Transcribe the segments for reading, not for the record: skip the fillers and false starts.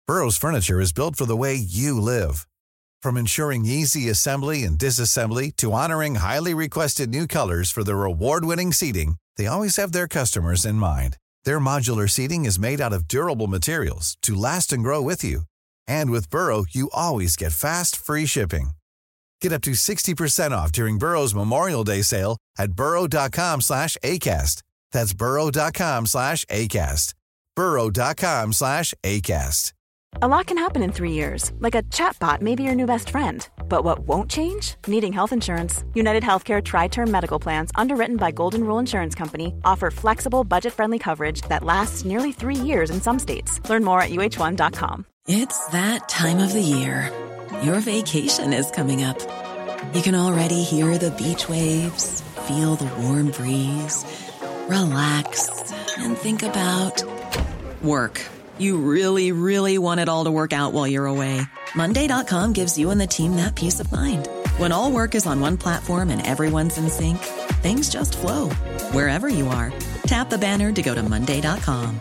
Burrow's furniture is built for the way you live. From ensuring easy assembly and disassembly to honoring highly requested new colors for their award-winning seating, they always have their customers in mind. Their modular seating is made out of durable materials to last and grow with you. And with Burrow, you always get fast, free shipping. Get up to 60% off during Burrow's Memorial Day sale at burrow.com/ACAST. That's burrow.com/ACAST. burrow.com/ACAST. A lot can happen in 3 years, like a chatbot may be your new best friend. But what won't change? Needing health insurance. United Healthcare Tri-Term Medical Plans, underwritten by Golden Rule Insurance Company, offer flexible, budget-friendly coverage that lasts nearly 3 years in some states. Learn more at uh1.com. It's that time of the year. Your vacation is coming up. You can already hear the beach waves, feel the warm breeze, relax, and think about work. You really, really want it all to work out while you're away. Monday.com gives you and the team that peace of mind. When all work is on one platform and everyone's in sync, things just flow. Wherever you are, tap the banner to go to Monday.com.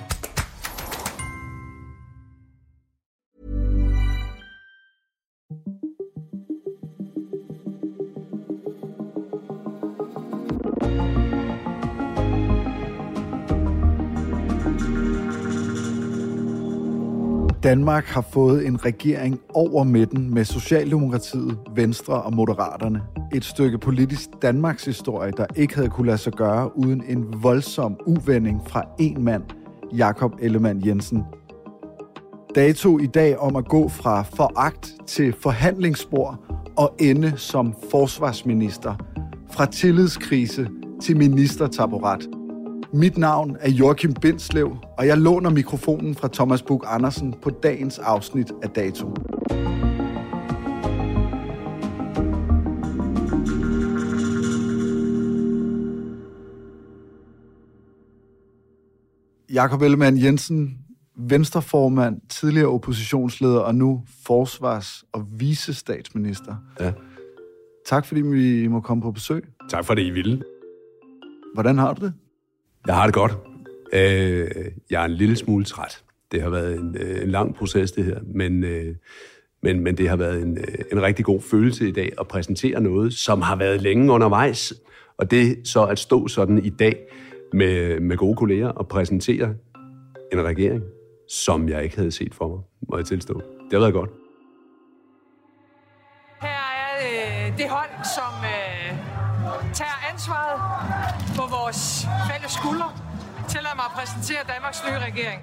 Danmark har fået en regering over midten med Socialdemokratiet, Venstre og Moderaterne. Et stykke politisk Danmarks historie, der ikke havde kunne lade sig gøre uden en voldsom uvending fra en mand, Jakob Ellemann-Jensen. Dato i dag om at gå fra foragt til forhandlingsspor og ende som forsvarsminister. Fra tillidskrise til ministertaburet. Mit navn er Joachim Bindslev, og jeg låner mikrofonen fra Thomas Buch-Andersen på dagens afsnit af Dato. Jakob Ellemann-Jensen, Venstreformand, tidligere oppositionsleder og nu forsvars- og vicestatsminister. Ja. Tak fordi vi må komme på besøg. Tak for det, I ville. Hvordan har du det? Jeg har det godt. Jeg er en lille smule træt. Det har været en lang proces, det her. Men det har været en rigtig god følelse i dag at præsentere noget, som har været længe undervejs. Og det så at stå sådan i dag med gode kolleger og præsentere en regering, som jeg ikke havde set for mig, må jeg tilstå. Det har været godt. Her er det hold, som tager ansvaret på vores fælles skuldre. Tillad mig at præsentere Danmarks nye regering.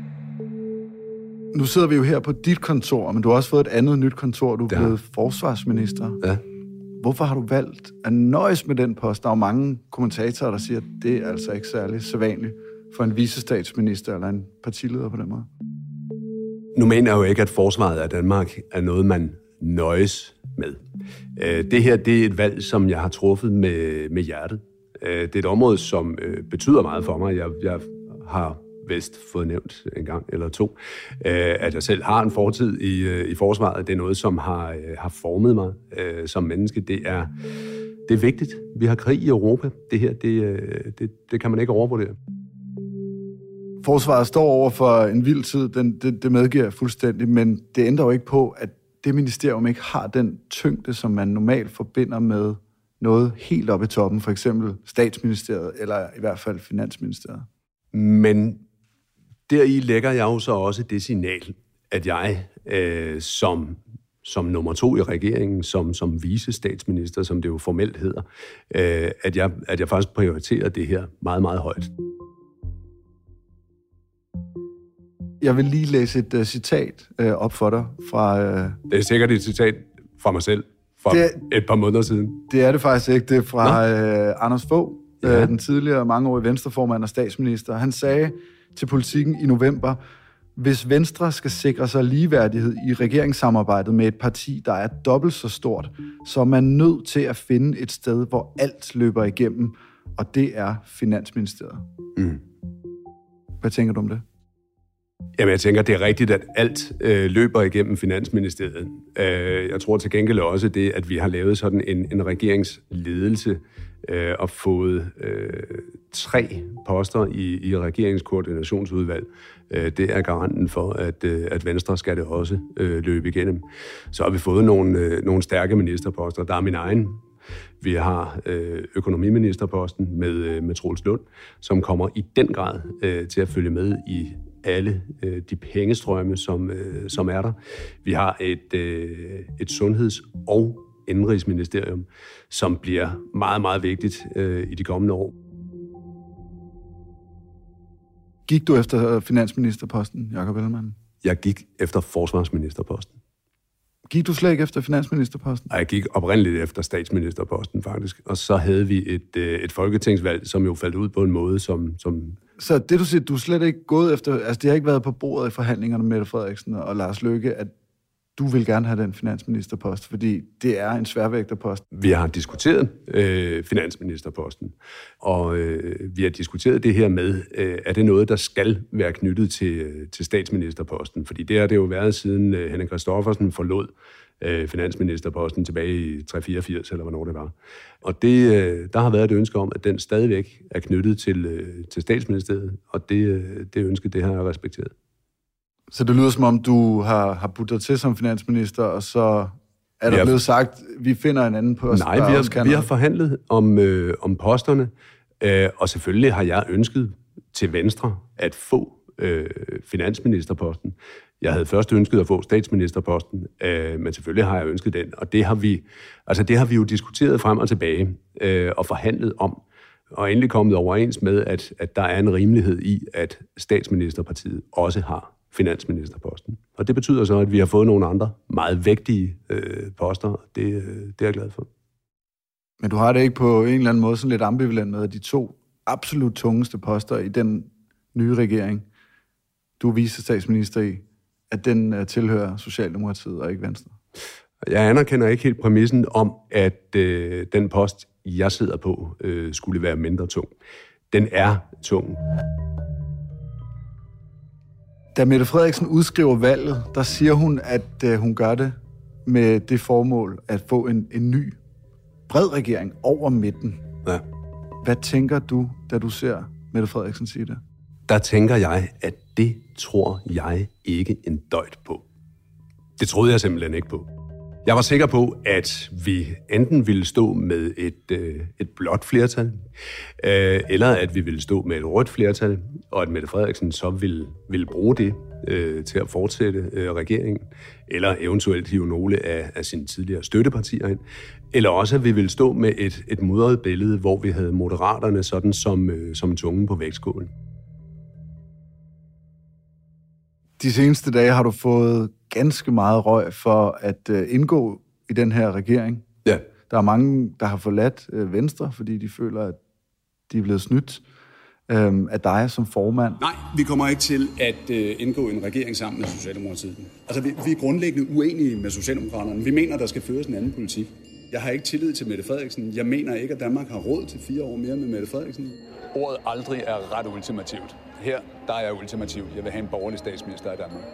Nu sidder vi jo her på dit kontor, men du har også fået et andet nyt kontor. Du er blevet forsvarsminister. Ja. Hvorfor har du valgt at nøjes med den post? Der er jo mange kommentatorer, der siger, at det er altså ikke særlig sædvanligt for en vicestatsminister eller en partileder på den måde. Nu mener jeg jo ikke, at forsvaret af Danmark er noget, man nøjes med. Det her, det er et valg, som jeg har truffet med hjertet. Det er et område, som betyder meget for mig. Jeg har vist fået nævnt en gang eller to, at jeg selv har en fortid i forsvaret. Det er noget, som har formet mig som menneske. Det er vigtigt. Vi har krig i Europa. Det her, det kan man ikke overvurdere. Forsvaret står over for en vild tid, det medgiver jeg fuldstændig, men det ændrer jo ikke på, at det ministerium ikke har den tyngde, som man normalt forbinder med noget helt oppe i toppen, for eksempel statsministeriet, eller i hvert fald finansministeriet. Men deri lægger jeg jo så også det signal, at jeg som nummer 2 i regeringen, som vicestatsminister, som det jo formelt hedder, at jeg faktisk prioriterer det her meget, meget højt. Jeg vil lige læse et citat op for dig fra... Det er sikkert et citat fra mig selv, et par måneder siden. Det er det faktisk ikke. Det er fra Anders Fogh, den tidligere mangeårige venstreformand og statsminister. Han sagde til Politikken i november, hvis Venstre skal sikre sig ligeværdighed i regeringssamarbejdet med et parti, der er dobbelt så stort, så er man nødt til at finde et sted, hvor alt løber igennem, og det er Finansministeriet. Mm. Hvad tænker du om det? Jamen, jeg tænker, det er rigtigt, at alt løber igennem Finansministeriet. Jeg tror til gengæld også det, at vi har lavet sådan en regeringsledelse og fået 3 poster i regeringskoordinationsudvalg, Det er garanten for, at Venstre skal det også løbe igennem. Så har vi fået nogle stærke ministerposter. Der er min egen. Vi har økonomiministerposten med Troels Lund, som kommer i den grad til at følge med i alle de pengestrømme, som er der. Vi har et sundheds- og indenrigsministerium, som bliver meget, meget vigtigt i de kommende år. Gik du efter finansministerposten, Jakob Ellemann? Jeg gik efter forsvarsministerposten. Gik du slet ikke efter finansministerposten? Nej, jeg gik oprindeligt efter statsministerposten, faktisk. Og så havde vi et folketingsvalg, som jo faldt ud på en måde, som... Så det, du siger, du er slet ikke gået efter... Altså, det har ikke været på bordet i forhandlingerne med Mette Frederiksen og Lars Løkke, at du vil gerne have den finansministerpost, fordi det er en sværvægterpost. Vi har diskuteret finansministerposten, og vi har diskuteret det her med, er det noget, der skal være knyttet til statsministerposten? Fordi det har det jo været siden Henrik Kristoffersen forlod finansministerposten tilbage i 384 eller hvornår det var. Og der har været et ønske om, at den stadigvæk er knyttet til statsministeriet, og det ønske, det har jeg respekteret. Så det lyder som om, du har budt dig til som finansminister, og så er der blevet sagt, vi finder en anden post. Nej, vi har forhandlet om posterne, og selvfølgelig har jeg ønsket til Venstre at få finansministerposten. Jeg havde først ønsket at få statsministerposten, men selvfølgelig har jeg ønsket den, og det har vi jo diskuteret frem og tilbage og forhandlet om, og endelig kommet overens med, at der er en rimelighed i, at statsministerpartiet også har finansministerposten. Og det betyder så, at vi har fået nogle andre meget vægtige poster, og det er jeg glad for. Men du har det ikke på en eller anden måde sådan lidt ambivalent med, at de to absolut tungeste poster i den nye regering, du er vicestatsminister i, at den tilhører Socialdemokratiet og ikke Venstre? Jeg anerkender ikke helt præmissen om, at den post, jeg sidder på, skulle være mindre tung. Den er tung. Da Mette Frederiksen udskriver valget, der siger hun, at hun gør det med det formål at få en ny, bred regering over midten. Ja. Hvad tænker du, da du ser Mette Frederiksen sige det? Der tænker jeg, at det tror jeg ikke en døjt på. Det troede jeg simpelthen ikke på. Jeg var sikker på, at vi enten ville stå med et blåt flertal, eller at vi ville stå med et rødt flertal, og at Mette Frederiksen så ville bruge det til at fortsætte regeringen, eller eventuelt hive nogle af sine tidligere støttepartier ind, eller også at vi ville stå med et mudret billede, hvor vi havde Moderaterne sådan som tungen på vægtskålen. De seneste dage har du fået ganske meget røg for at indgå i den her regering. Ja. Der er mange, der har forladt Venstre, fordi de føler, at de er blevet snydt af dig som formand. Nej, vi kommer ikke til at indgå en regering sammen med Socialdemokratiet. Altså, vi er grundlæggende uenige med Socialdemokraterne. Vi mener, der skal føres en anden politik. Jeg har ikke tillid til Mette Frederiksen. Jeg mener ikke, at Danmark har råd til 4 år mere med Mette Frederiksen. Ordet aldrig er ret ultimativt. Her, der er jeg ultimativt. Jeg vil have en borgerlig statsminister i Danmark.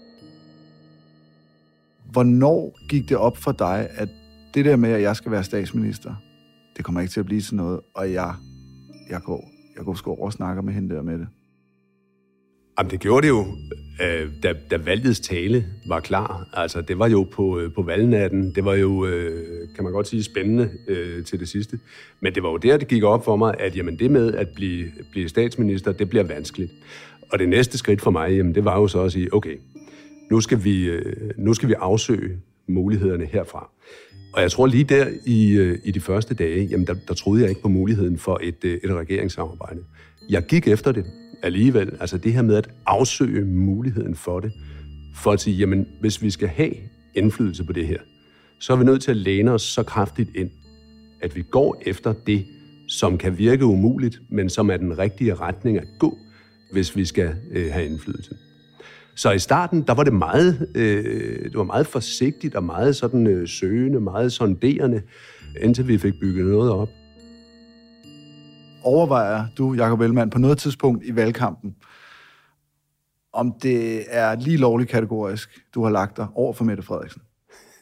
Hvornår gik det op for dig, at det der med, at jeg skal være statsminister, det kommer ikke til at blive sådan noget, og jeg går sgu over og snakker med hende der med det? Jamen, det gjorde det jo, da valgets tale var klar. Altså, det var jo på valgnatten. Det var jo, kan man godt sige, spændende til det sidste. Men det var jo der, det gik op for mig, at jamen, det med at blive statsminister, det bliver vanskeligt. Og det næste skridt for mig, jamen, det var jo så at sige, okay, nu skal vi afsøge mulighederne herfra. Og jeg tror lige der i de første dage, jamen, der troede jeg ikke på muligheden for et regeringssamarbejde. Jeg gik efter det alligevel, altså det her med at afsøge muligheden for det, for at sige, jamen, hvis vi skal have indflydelse på det her, så er vi nødt til at læne os så kraftigt ind, at vi går efter det, som kan virke umuligt, men som er den rigtige retning at gå, hvis vi skal have indflydelse. Så i starten, der var det var meget forsigtigt og meget sådan søgende, meget sonderende, indtil vi fik bygget noget op. Overvejer du, Jakob Ellemann, på noget tidspunkt i valgkampen, om det er lige lovligt kategorisk, du har lagt dig over for Mette Frederiksen?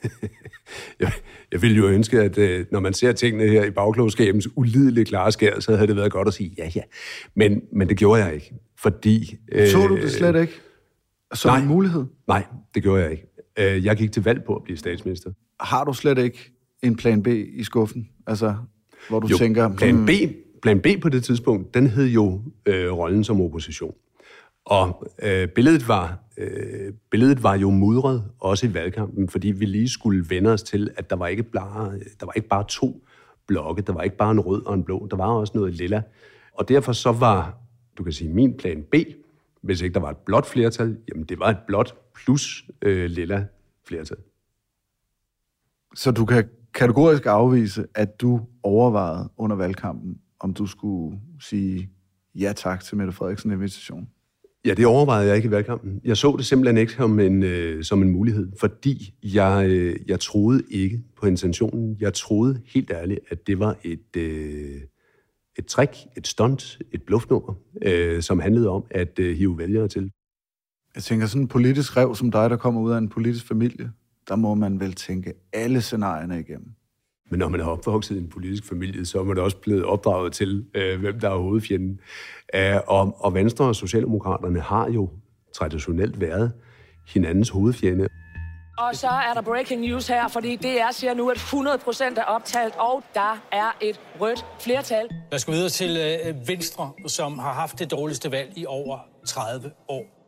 Jeg ville jo ønske, at når man ser tingene her i bagklogskabens ulidelige klare skær, så havde det været godt at sige ja. Men det gjorde jeg ikke, fordi... Så du det slet ikke som en mulighed? Nej, det gjorde jeg ikke. Jeg gik til valg på at blive statsminister. Har du slet ikke en plan B i skuffen? Altså, hvor du tænker... Plan B på det tidspunkt, den hed jo rollen som opposition. Og billedet var jo mudret, også i valgkampen, fordi vi lige skulle vende os til, at der var ikke bare 2 blokke, der var ikke bare en rød og en blå, der var også noget lilla. Og derfor så var, du kan sige, min plan B, hvis ikke der var et blåt flertal, jamen det var et blåt plus lilla flertal. Så du kan kategorisk afvise, at du overvejede under valgkampen, om du skulle sige ja tak til Mette Frederiksen invitation? Ja, det overvejede jeg ikke i valgkampen. Jeg så det simpelthen ikke som en mulighed, fordi jeg troede ikke på intentionen. Jeg troede helt ærligt, at det var et trick, et stunt, et bluffnummer, som handlede om at hive vælgere til. Jeg tænker, sådan en politisk rev som dig, der kommer ud af en politisk familie, der må man vel tænke alle scenarierne igennem. Men når man er opvokset i en politisk familie, så er man også blevet opdraget til, hvem der er hovedfjenden. Og Venstre og Socialdemokraterne har jo traditionelt været hinandens hovedfjende. Og så er der breaking news her, fordi DR siger nu, at 100% er optalt, og der er et rødt flertal. Jeg skal videre til Venstre, som har haft det dårligste valg i over 30 år.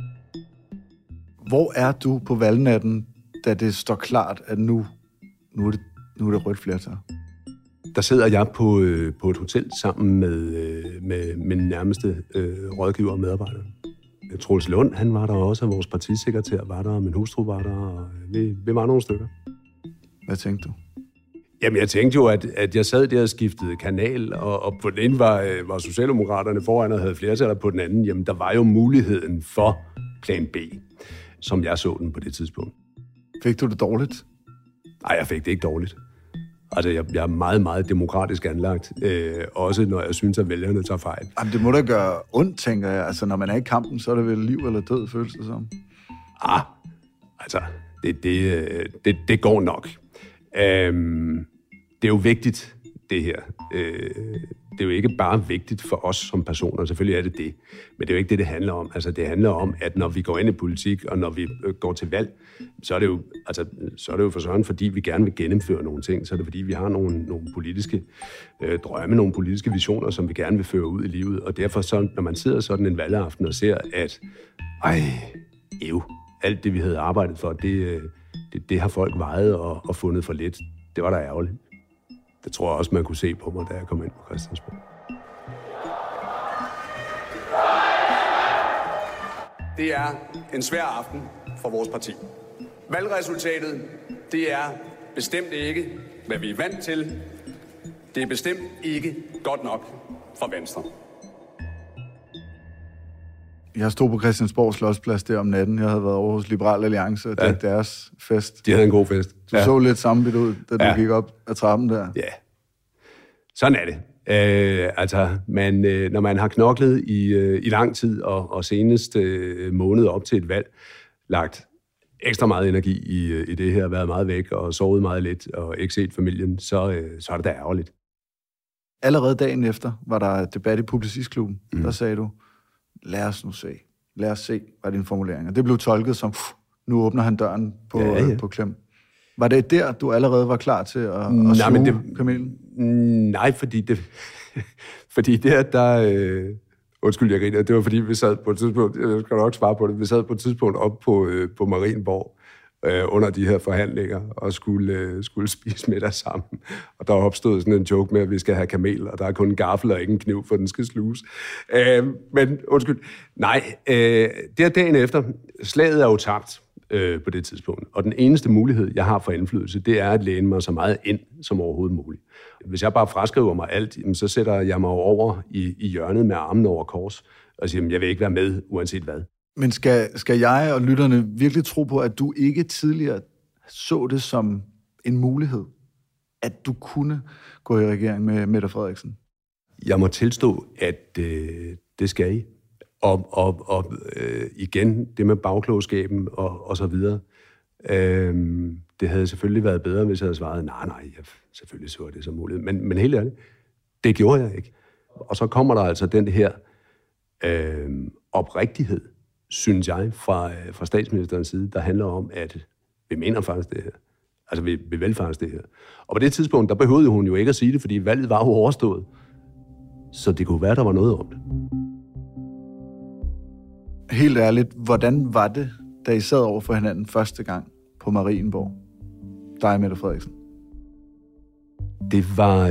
Hvor er du på valgnatten, da det står klart, at nu er det rødt flertal? Der sidder jeg på et hotel sammen med min nærmeste rådgiver og medarbejder. Troels Lund, han var der også, og vores partisekretær var der, og min hustru var der, og vi var nogle stykker. Hvad tænkte du? Jamen, jeg tænkte jo, at jeg sad der og skiftede kanal, og på den ene var Socialdemokraterne foran og havde flertal, og på den anden, jamen, der var jo muligheden for plan B, som jeg så den på det tidspunkt. Fik du det dårligt? Nej, jeg fik det ikke dårligt. Altså, jeg er meget, meget demokratisk anlagt, også når jeg synes, at vælgerne tager fejl. Jamen, det må da gøre ondt, tænker jeg. Altså, når man er i kampen, så er det vel liv eller død, føles det som. Altså, det går nok. Det er jo vigtigt, det her. Det er jo ikke bare vigtigt for os som personer, selvfølgelig er det det, men det er jo ikke det handler om. Altså, det handler om, at når vi går ind i politik, og når vi går til valg, så er det jo for sådan, fordi vi gerne vil gennemføre nogle ting, så er det fordi, vi har nogle politiske drømme, nogle politiske visioner, som vi gerne vil føre ud i livet, og derfor så, når man sidder sådan en valgaften og ser, at alt det, vi havde arbejdet for, det har folk vejet og fundet for lidt. Det var da ærgerligt. Det tror jeg også, man kunne se på mig, da jeg kom ind på Christiansborg. Det er en svær aften for vores parti. Valgresultatet, det er bestemt ikke, hvad vi er vant til. Det er bestemt ikke godt nok for Venstre. Jeg stod på Christiansborg Slotsplads der om natten. Jeg havde været over hos Liberal Alliance, og det er deres fest. De havde en god fest. Du så lidt sammenbidt ud, da du gik op ad trappen der. Ja, sådan er det. Når man har knoklet i lang tid, og senest måned op til et valg, lagt ekstra meget energi i det her, været meget væk og sovet meget lidt og ikke set familien, så er det da ærgerligt. Allerede dagen efter var der debat i Publicistklubben. Der sagde du, lad os se, var dine formuleringer. Det blev tolket som, nu åbner han døren på klem. Var det der, du allerede var klar til at suge kamelen? Nej, fordi undskyld, jeg griner. Det var fordi, vi sad på et tidspunkt, jeg skal nok svare på det, vi sad på et tidspunkt op på Marienborg under de her forhandlinger og skulle spise middag sammen. Og der opstod sådan en joke med, at vi skal have kamel, og der er kun en gaffel og ikke en kniv, for den skal sluges. Men undskyld, nej, det er dagen efter. Slaget er jo tabt på det tidspunkt. Og den eneste mulighed, jeg har for indflydelse, det er at læne mig så meget ind som overhovedet muligt. Hvis jeg bare fraskriver mig alt, så sætter jeg mig over i hjørnet med armen over kors og siger, jeg vil ikke være med, uanset hvad. Men skal jeg og lytterne virkelig tro på, at du ikke tidligere så det som en mulighed, at du kunne gå i regering med Mette Frederiksen? Jeg må tilstå, at det skal I. Og igen, det med bagklogskaben og så videre, Det havde selvfølgelig været bedre, hvis jeg havde svaret, nej, jeg selvfølgelig så det som muligt. Men helt ærligt, det gjorde jeg ikke. Og så kommer der altså den her oprigtighed, synes jeg, fra statsministerens side, der handler om, at vi mener faktisk det her. Altså, vi vil faktisk det her. Og på det tidspunkt, der behøvede hun jo ikke at sige det, fordi valget var jo overstået. Så det kunne være, der var noget om det. Helt ærligt, hvordan var det, da I sad over for hinanden første gang på Marienborg? Dig og Mette Frederiksen. Det var...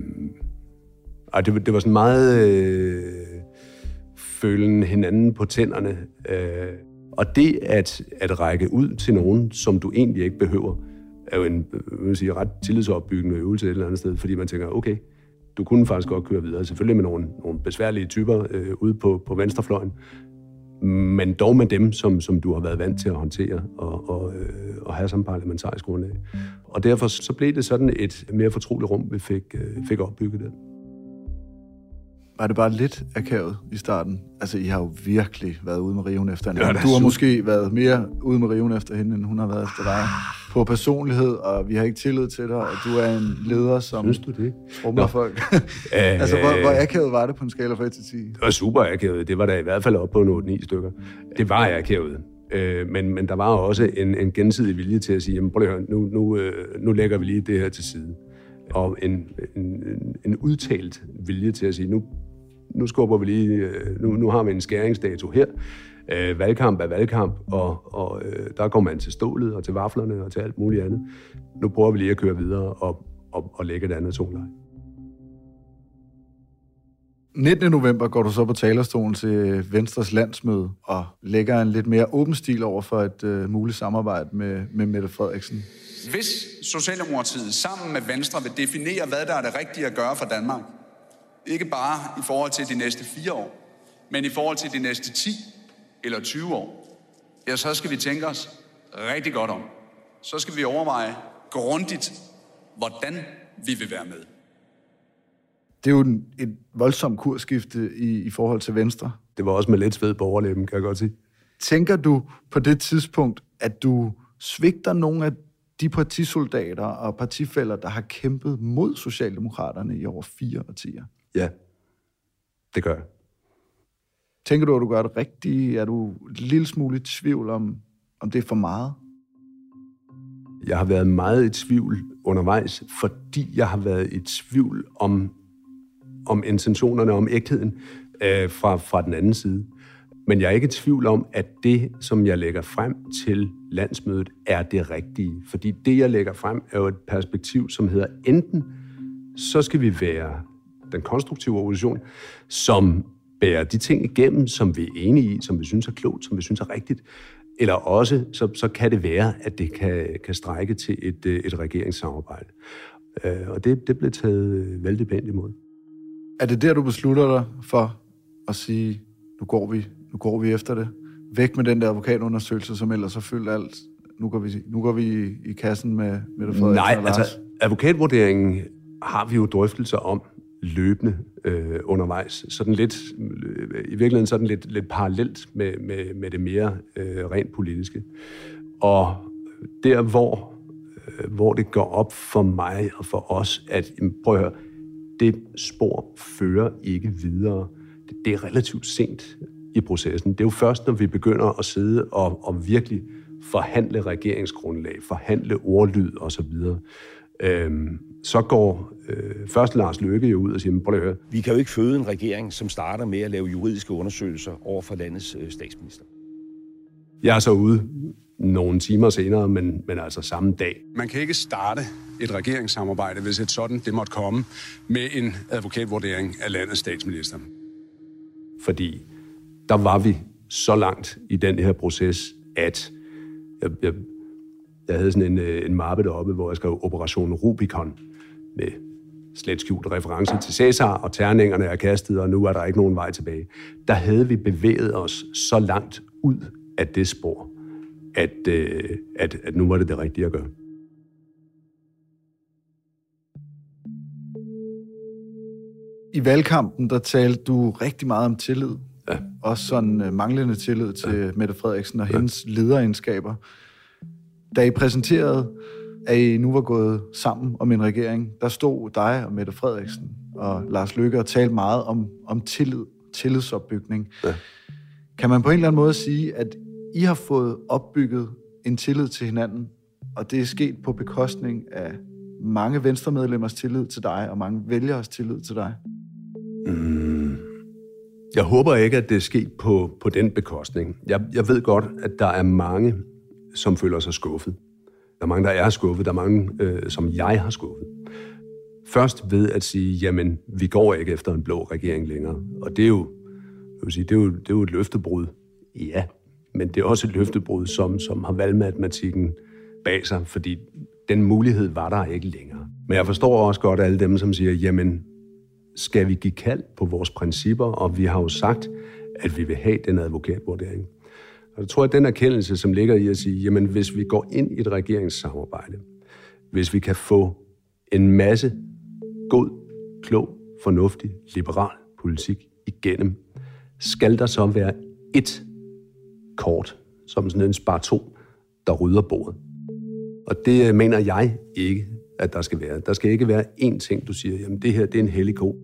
det var sådan meget... følen hinanden på tænderne. Og det at række ud til nogen, som du egentlig ikke behøver, er jo en ret tillidsopbyggende øvelse et eller andet sted, fordi man tænker, okay, du kunne faktisk godt køre videre. Selvfølgelig med nogle besværlige typer ude på venstrefløjen, men dog med dem, som du har været vant til at håndtere og have som parlamentarisk grundlag. Og derfor så blev det sådan et mere fortroligt rum, vi fik opbygget det. Var det bare lidt akavet i starten? Altså, I har jo virkelig været ude med riven efter hende. Ja, du har måske været mere ude med riven efter hende, end hun har været efter dig. På personlighed, og vi har ikke tillid til dig, og du er en leder, som rummer folk. Altså, hvor akavet var det på en skala fra 1 til 10? Det var super akavet. Det var da i hvert fald op på 8-9 stykker. Det var akavet. Men der var også en gensidig vilje til at sige, jamen, prøv at høre, nu lægger vi lige det her til side. Og en udtalt vilje til at sige, nu skubber vi lige, nu har vi en skæringsdato her. Valgkamp er valgkamp, og der går man til stålet og til vaflerne og til alt muligt andet. Nu prøver vi lige at køre videre og lægge et andet toneleje. 19. november går du så på talerstolen til Venstres landsmøde og lægger en lidt mere åben stil over for et muligt samarbejde med Mette Frederiksen. Hvis Socialdemokratiet sammen med Venstre vil definere, hvad der er det rigtige at gøre for Danmark, ikke bare i forhold til de næste 4 år, men i forhold til de næste 10 eller 20 år, ja, så skal vi tænke os rigtig godt om. Så skal vi overveje grundigt, hvordan vi vil være med. Det er jo et voldsomt kursskifte i forhold til Venstre. Det var også med lidt sved på overlæben, kan jeg godt sige. Tænker du på det tidspunkt, at du svigter nogle af de partisoldater og partifæller, der har kæmpet mod Socialdemokraterne i over 4 årtier? Ja, det gør jeg. Tænker du, at du gør det rigtigt? Er du en lille smule i tvivl om det er for meget? Jeg har været meget i tvivl undervejs, fordi jeg har været i tvivl om intentionerne, om ægtheden fra den anden side. Men jeg er ikke i tvivl om, at det, som jeg lægger frem til landsmødet, er det rigtige. Fordi det, jeg lægger frem, er jo et perspektiv, som hedder enten, så skal vi være den konstruktive opposition, som bærer de ting igennem, som vi er enige i, som vi synes er klogt, som vi synes er rigtigt. Eller også, så kan det være, at det kan strække til et regeringssamarbejde. Og det blev taget vældig pænt imod. Er det der, du beslutter dig for at sige, nu går vi efter det? Væk med den der advokatundersøgelse, som ellers har fyldt alt. Nu går vi i kassen med Mette Frederiksen. Nej, altså advokatvurderingen har vi jo drøftelser om løbende undervejs. Sådan lidt, i virkeligheden sådan lidt parallelt med det mere rent politiske. Og der, hvor det går op for mig og for os, at prøv at høre, det spor fører ikke videre. Det er relativt sent i processen. Det er jo først, når vi begynder at sidde og virkelig forhandle regeringsgrundlag, forhandle ordlyd osv., så går først Lars Løkke jo ud og siger, prøv at høre. Vi kan jo ikke føde en regering, som starter med at lave juridiske undersøgelser over for landets statsminister. Jeg er så ude nogle timer senere, men altså samme dag. Man kan ikke starte et regeringssamarbejde, hvis et sådan det måtte komme, med en advokatvurdering af landets statsminister. Fordi der var vi så langt i den her proces, at jeg havde sådan en mappe deroppe, hvor jeg skrev Operation Rubicon med slet skjult reference til Cæsar, og terningerne er kastet, og nu er der ikke nogen vej tilbage. Der havde vi bevæget os så langt ud af det spor, at nu var det rigtige at gøre. I valgkampen, der talte du rigtig meget om tillid. Ja. Også sådan manglende tillid til Mette Frederiksen og hendes lederegenskaber. Da I præsenterede, at I nu var gået sammen om en regering, der stod dig og Mette Frederiksen og Lars Løkke og talte meget om tillidsopbygning. Ja. Kan man på en eller anden måde sige, at I har fået opbygget en tillid til hinanden, og det er sket på bekostning af mange venstremedlemmers tillid til dig og mange vælgeres tillid til dig? Jeg håber ikke, at det er sket på den bekostning. Jeg ved godt, at der er mange, som føler sig skuffet. Der er mange, der er skuffet. Der er mange, som jeg har skuffet. Først ved at sige, jamen, vi går ikke efter en blå regering længere. Og det er jo, det er jo et løftebrud. Ja, men det er også et løftebrud, som har valgmatematikken bag sig, fordi den mulighed var der ikke længere. Men jeg forstår også godt alle dem, som siger, jamen, skal vi give kald på vores principper, og vi har jo sagt, at vi vil have den advokatvurdering. Og jeg tror, at den erkendelse, som ligger i at sige, jamen, hvis vi går ind i et regeringssamarbejde, hvis vi kan få en masse god, klog, fornuftig, liberal politik igennem, skal der så være ét kort, som sådan en spar 2, der rydder bordet. Og det mener jeg ikke, at der skal være. Der skal ikke være én ting, du siger, jamen det her, det er en hellig ko.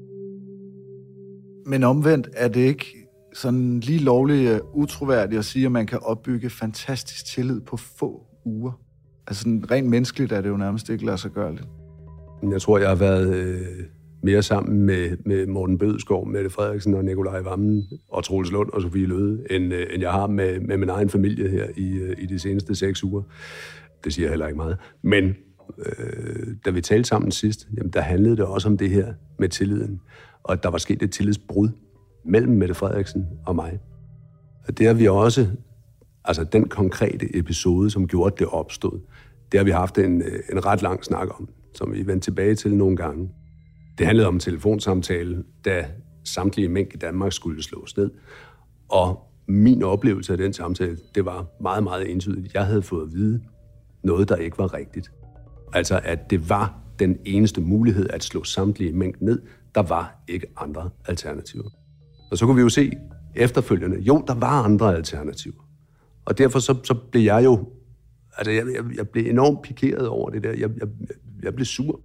Men omvendt er det ikke sådan lige lovligt utroværdigt at sige, at man kan opbygge fantastisk tillid på få uger. Altså sådan rent menneskeligt er det jo nærmest ikke lade sig gøre lidt. Jeg tror, jeg har været mere sammen med Morten Bødskov, Mette Frederiksen og Nikolaj Wammen og Troels Lund og Sofie Løhde, end jeg har med min egen familie her i de seneste 6 uger. Det siger heller ikke meget. Men da vi talte sammen sidst, jamen, der handlede det også om det her med tilliden. Og at der var sket et tillidsbrud mellem Mette Frederiksen og mig. Og det har vi også, altså den konkrete episode, som gjorde, at det opstod, det har vi haft en ret lang snak om, som vi vendte tilbage til nogle gange. Det handlede om en telefonsamtale, da samtlige mink i Danmark skulle slås ned. Og min oplevelse af den samtale, det var meget, meget entydigt. Jeg havde fået at vide noget, der ikke var rigtigt. Altså, at det var den eneste mulighed at slå samtlige mink ned. Der var ikke andre alternativer. Og så kunne vi jo se efterfølgende, jo, der var andre alternativer. Og derfor så blev jeg jo, altså jeg blev enormt pikeret over det der. Jeg blev sur.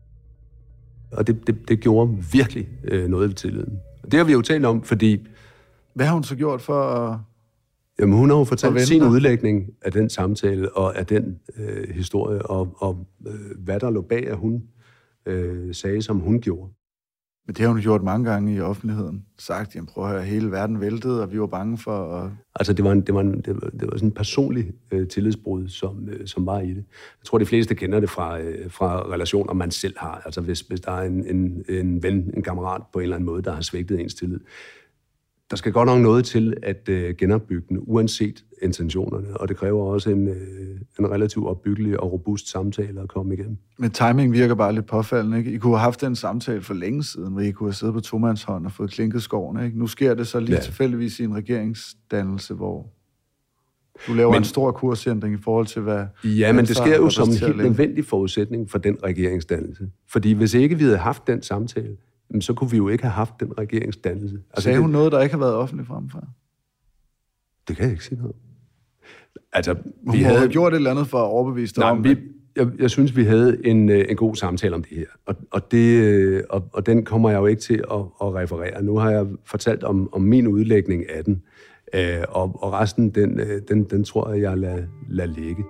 Og det gjorde virkelig noget ved tilliden. Og det har vi jo talt om, fordi... Hvad har hun så gjort for at... Jamen, hun har jo fortalt sin udlægning af den samtale og af den historie, og hvad der lå bag, at hun sagde, som hun gjorde. Men det har hun gjort mange gange i offentligheden. Sagt, jamen prøv at høre, hele verden væltede, og vi var bange for at... Altså, det var sådan en personlig tillidsbrud, som var i det. Jeg tror, de fleste kender det fra relationer, man selv har. Altså, hvis der er en ven, en kammerat på en eller anden måde, der har svigtet ens tillid. Der skal godt nok noget til at genopbygge den, uanset intentionerne, og det kræver også en relativt opbyggelig og robust samtale at komme igennem. Men timing virker bare lidt påfaldende, ikke? I kunne have haft den samtale for længe siden, hvor I kunne have siddet på tomandshånd og fået klinket skoven, ikke? Nu sker det så lige tilfældigvis i en regeringsdannelse, hvor du laver en stor kursændring i forhold til, hvad... Ja, men det sker jo som en helt nødvendig forudsætning for den regeringsdannelse. Fordi hvis ikke vi havde haft den samtale, så kunne vi jo ikke have haft den regeringsdannelse. Altså, sagde hun noget, der ikke har været offentligt fremfor? Det kan jeg ikke sige noget. Altså, vi havde gjort et eller andet for at overbevise dig om... Jeg synes, vi havde en god samtale om det her. Og den kommer jeg jo ikke til at referere. Nu har jeg fortalt om min udlægning af den. Og resten, den tror jeg lader ligge.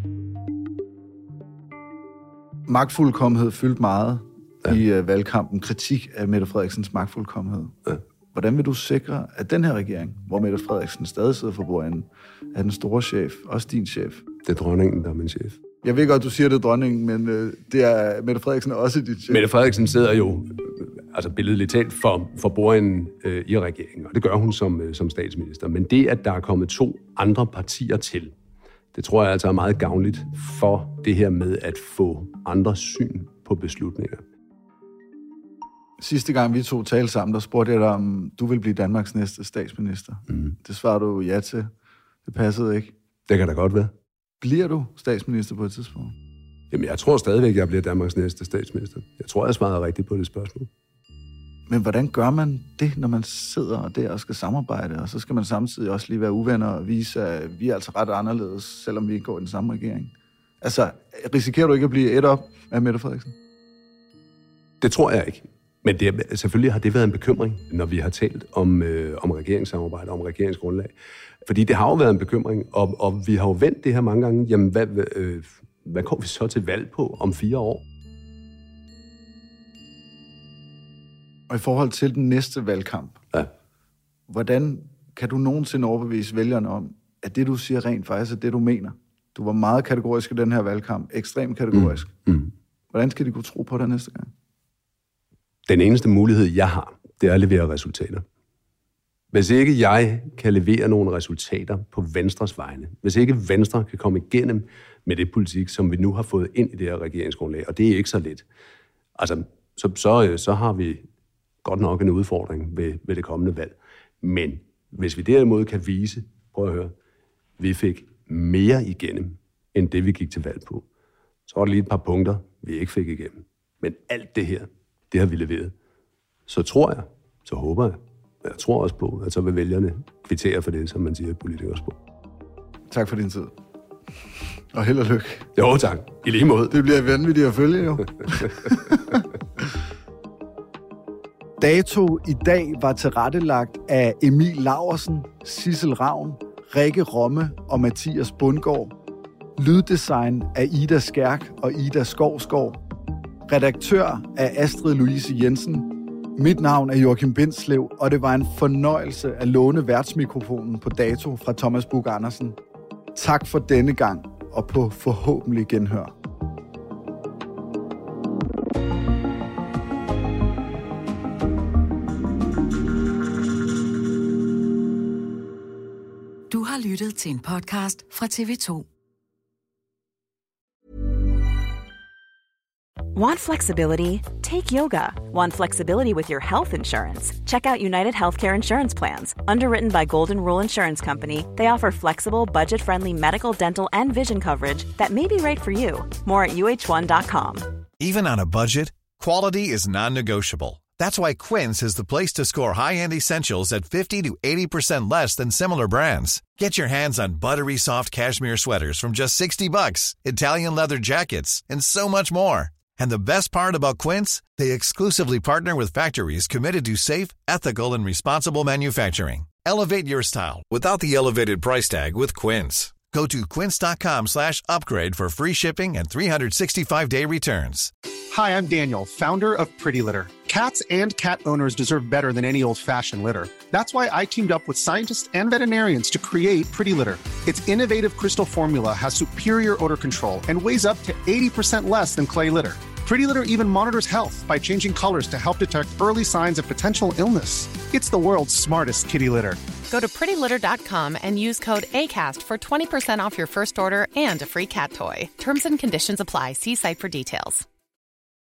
Magtfuldkommenhed fyldte meget i valgkampen. Kritik af Mette Frederiksens magtfuldkommenhed. Ja. Hvordan vil du sikre, at den her regering, hvor Mette Frederiksen stadig sidder for bordenden, er den store chef, også din chef? Det er dronningen, der er min chef. Jeg ved godt, du siger, det er dronningen, men det er Mette Frederiksen også dit chef. Mette Frederiksen sidder jo altså billedligt talt for bordenden i regeringen, og det gør hun som statsminister. Men det, at der er kommet 2 andre partier til, det tror jeg altså er meget gavnligt for det her med at få andre syn på beslutninger. Sidste gang vi 2 talte sammen, der spurgte jeg dig, om du vil blive Danmarks næste statsminister. Mm. Det svarede du ja til. Det passede ikke. Det kan da godt være. Bliver du statsminister på et tidspunkt? Jamen, jeg tror stadigvæk, jeg bliver Danmarks næste statsminister. Jeg tror, jeg svarede rigtigt på det spørgsmål. Men hvordan gør man det, når man sidder der og skal samarbejde, og så skal man samtidig også lige være uvenner og vise, at vi er altså ret anderledes, selvom vi går i den samme regering? Altså, risikerer du ikke at blive op af Mette Frederiksen? Det tror jeg ikke. Men selvfølgelig har det været en bekymring, når vi har talt om regeringssamarbejde, om regeringsgrundlag. Fordi det har jo været en bekymring, og vi har jo vendt det her mange gange. Jamen, hvad går vi så til valg på om 4 år? Og i forhold til den næste valgkamp, hvordan kan du nogensinde overbevise vælgerne om, at det, du siger rent faktisk, er det, du mener? Du var meget kategorisk i den her valgkamp, ekstremt kategorisk. Hvordan skal de kunne tro på det næste gang? Den eneste mulighed, jeg har, det er at levere resultater. Hvis ikke jeg kan levere nogle resultater på Venstres vegne, hvis ikke Venstre kan komme igennem med det politik, som vi nu har fået ind i det her regeringsgrundlag, og det er ikke så let, altså, så har vi godt nok en udfordring ved det kommende valg. Men hvis vi derimod kan vise, prøv at høre, vi fik mere igennem, end det vi gik til valg på, så var der lige et par punkter, vi ikke fik igennem. Men alt det her, det har vi leveret. Så tror jeg, så håber jeg, og jeg tror også på, at så vil vælgerne kvittere for det, som man siger politikere på. Tak for din tid. Og held og lykke. Jo, tak. I lige måde. Det bliver vanvittigt at følge, jo. Dato i dag var tilrettelagt af Emil Laursen, Sissel Ravn, Rikke Romme og Mathias Bundgaard. Lyddesign af Ida Skærk og Ida Skovsgaard. Redaktør af Astrid Louise Jensen. Mit navn er Joachim Bindslev, og det var en fornøjelse at låne værtsmikrofonen på Dato fra Thomas Buch Andersen. Tak for denne gang, og på forhåbentlig genhør. Du har lyttet til en podcast fra TV2. Want flexibility? Take yoga. Want flexibility with your health insurance? Check out United Healthcare Insurance Plans. Underwritten by Golden Rule Insurance Company, they offer flexible, budget-friendly medical, dental, and vision coverage that may be right for you. More at uh1.com. Even on a budget, quality is non-negotiable. That's why Quince is the place to score high-end essentials at 50 to 80% less than similar brands. Get your hands on buttery soft cashmere sweaters from just $60, Italian leather jackets, and so much more. And the best part about Quince, they exclusively partner with factories committed to safe, ethical, and responsible manufacturing. Elevate your style without the elevated price tag with Quince. Go to quince.com/upgrade for free shipping and 365-day returns. Hi, I'm Daniel, founder of Pretty Litter. Cats and cat owners deserve better than any old-fashioned litter. That's why I teamed up with scientists and veterinarians to create Pretty Litter. Its innovative crystal formula has superior odor control and weighs up to 80% less than clay litter. Pretty Litter even monitors health by changing colors to help detect early signs of potential illness. It's the world's smartest kitty litter. Go to prettylitter.com and use code ACAST for 20% off your first order and a free cat toy. Terms and conditions apply. See site for details.